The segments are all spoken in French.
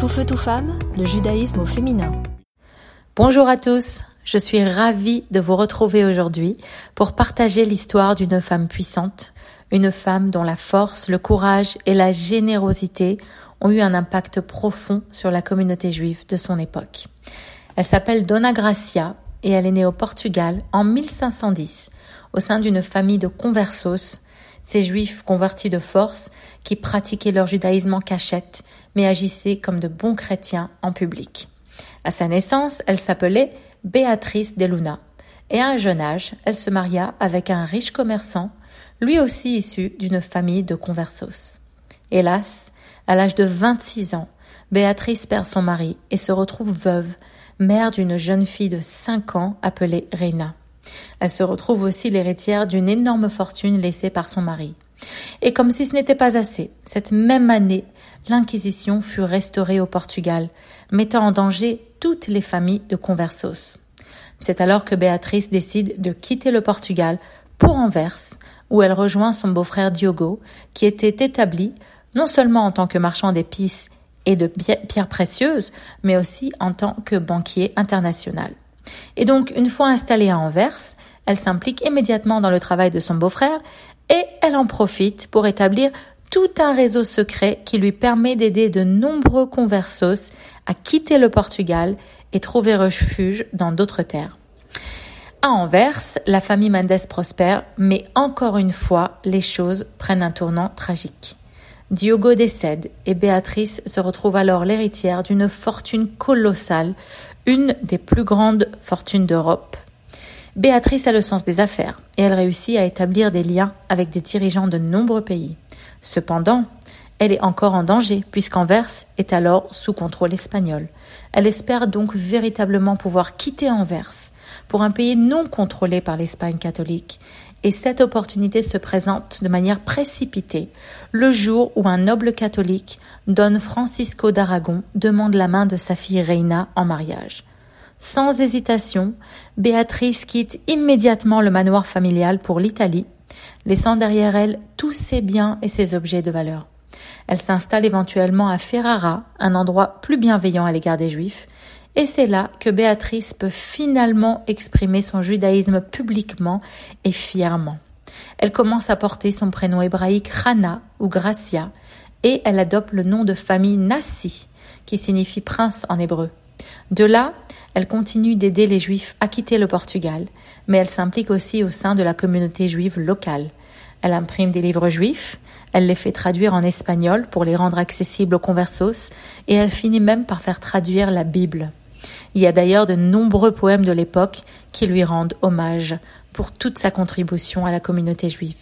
Tout feu, tout femme, le judaïsme au féminin. Bonjour à tous, je suis ravie de vous retrouver aujourd'hui pour partager l'histoire d'une femme puissante, une femme dont la force, le courage et la générosité ont eu un impact profond sur la communauté juive de son époque. Elle s'appelle Dona Gracia et elle est née au Portugal en 1510 au sein d'une famille de conversos, ces juifs convertis de force qui pratiquaient leur judaïsme en cachette mais agissaient comme de bons chrétiens en public. À sa naissance, elle s'appelait Beatriz de Luna et à un jeune âge, elle se maria avec un riche commerçant, lui aussi issu d'une famille de conversos. Hélas, à l'âge de 26 ans, Béatrice perd son mari et se retrouve veuve, mère d'une jeune fille de 5 ans appelée Reina. Elle se retrouve aussi l'héritière d'une énorme fortune laissée par son mari. Et comme si ce n'était pas assez, cette même année, l'Inquisition fut restaurée au Portugal, mettant en danger toutes les familles de conversos. C'est alors que Béatrice décide de quitter le Portugal pour Anvers, où elle rejoint son beau-frère Diogo, qui était établi non seulement en tant que marchand d'épices et de pierres précieuses, mais aussi en tant que banquier international. Et donc, une fois installée à Anvers, elle s'implique immédiatement dans le travail de son beau-frère et elle en profite pour établir tout un réseau secret qui lui permet d'aider de nombreux conversos à quitter le Portugal et trouver refuge dans d'autres terres. À Anvers, la famille Mendes prospère, mais encore une fois, les choses prennent un tournant tragique. Diogo décède et Béatrice se retrouve alors l'héritière d'une fortune colossale, une des plus grandes fortunes d'Europe. Béatrice a le sens des affaires et elle réussit à établir des liens avec des dirigeants de nombreux pays. Cependant, elle est encore en danger puisqu'Anvers est alors sous contrôle espagnol. Elle espère donc véritablement pouvoir quitter Anvers pour un pays non contrôlé par l'Espagne catholique. Et cette opportunité se présente de manière précipitée le jour où un noble catholique, Don Francisco d'Aragon, demande la main de sa fille Reina en mariage. Sans hésitation, Béatrice quitte immédiatement le manoir familial pour l'Italie, laissant derrière elle tous ses biens et ses objets de valeur. Elle s'installe éventuellement à Ferrara, un endroit plus bienveillant à l'égard des Juifs, et c'est là que Béatrice peut finalement exprimer son judaïsme publiquement et fièrement. Elle commence à porter son prénom hébraïque Hana ou Gracia et elle adopte le nom de famille Nassi, qui signifie prince en hébreu. De là, elle continue d'aider les Juifs à quitter le Portugal, mais elle s'implique aussi au sein de la communauté juive locale. Elle imprime des livres juifs, elle les fait traduire en espagnol pour les rendre accessibles aux conversos et elle finit même par faire traduire la Bible. Il y a d'ailleurs de nombreux poèmes de l'époque qui lui rendent hommage pour toute sa contribution à la communauté juive.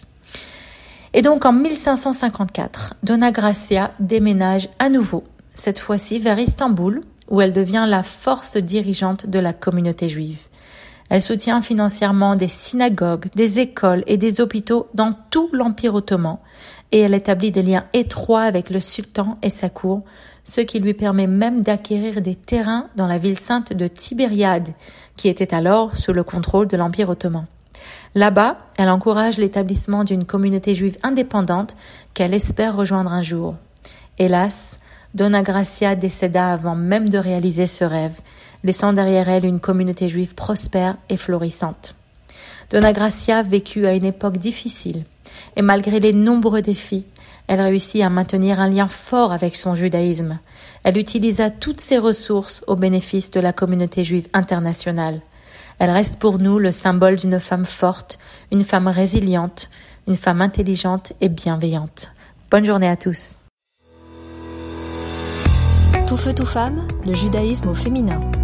Et donc en 1554, Dona Gracia déménage à nouveau, cette fois-ci vers Istanbul, où elle devient la force dirigeante de la communauté juive. Elle soutient financièrement des synagogues, des écoles et des hôpitaux dans tout l'Empire ottoman et elle établit des liens étroits avec le sultan et sa cour, ce qui lui permet même d'acquérir des terrains dans la ville sainte de Tibériade, qui était alors sous le contrôle de l'Empire ottoman. Là-bas, elle encourage l'établissement d'une communauté juive indépendante qu'elle espère rejoindre un jour. Hélas, Dona Gracia décéda avant même de réaliser ce rêve, laissant derrière elle une communauté juive prospère et florissante. Dona Gracia vécut à une époque difficile, et malgré les nombreux défis, elle réussit à maintenir un lien fort avec son judaïsme. Elle utilisa toutes ses ressources au bénéfice de la communauté juive internationale. Elle reste pour nous le symbole d'une femme forte, une femme résiliente, une femme intelligente et bienveillante. Bonne journée à tous. Tout feu, tout femme, le judaïsme au féminin.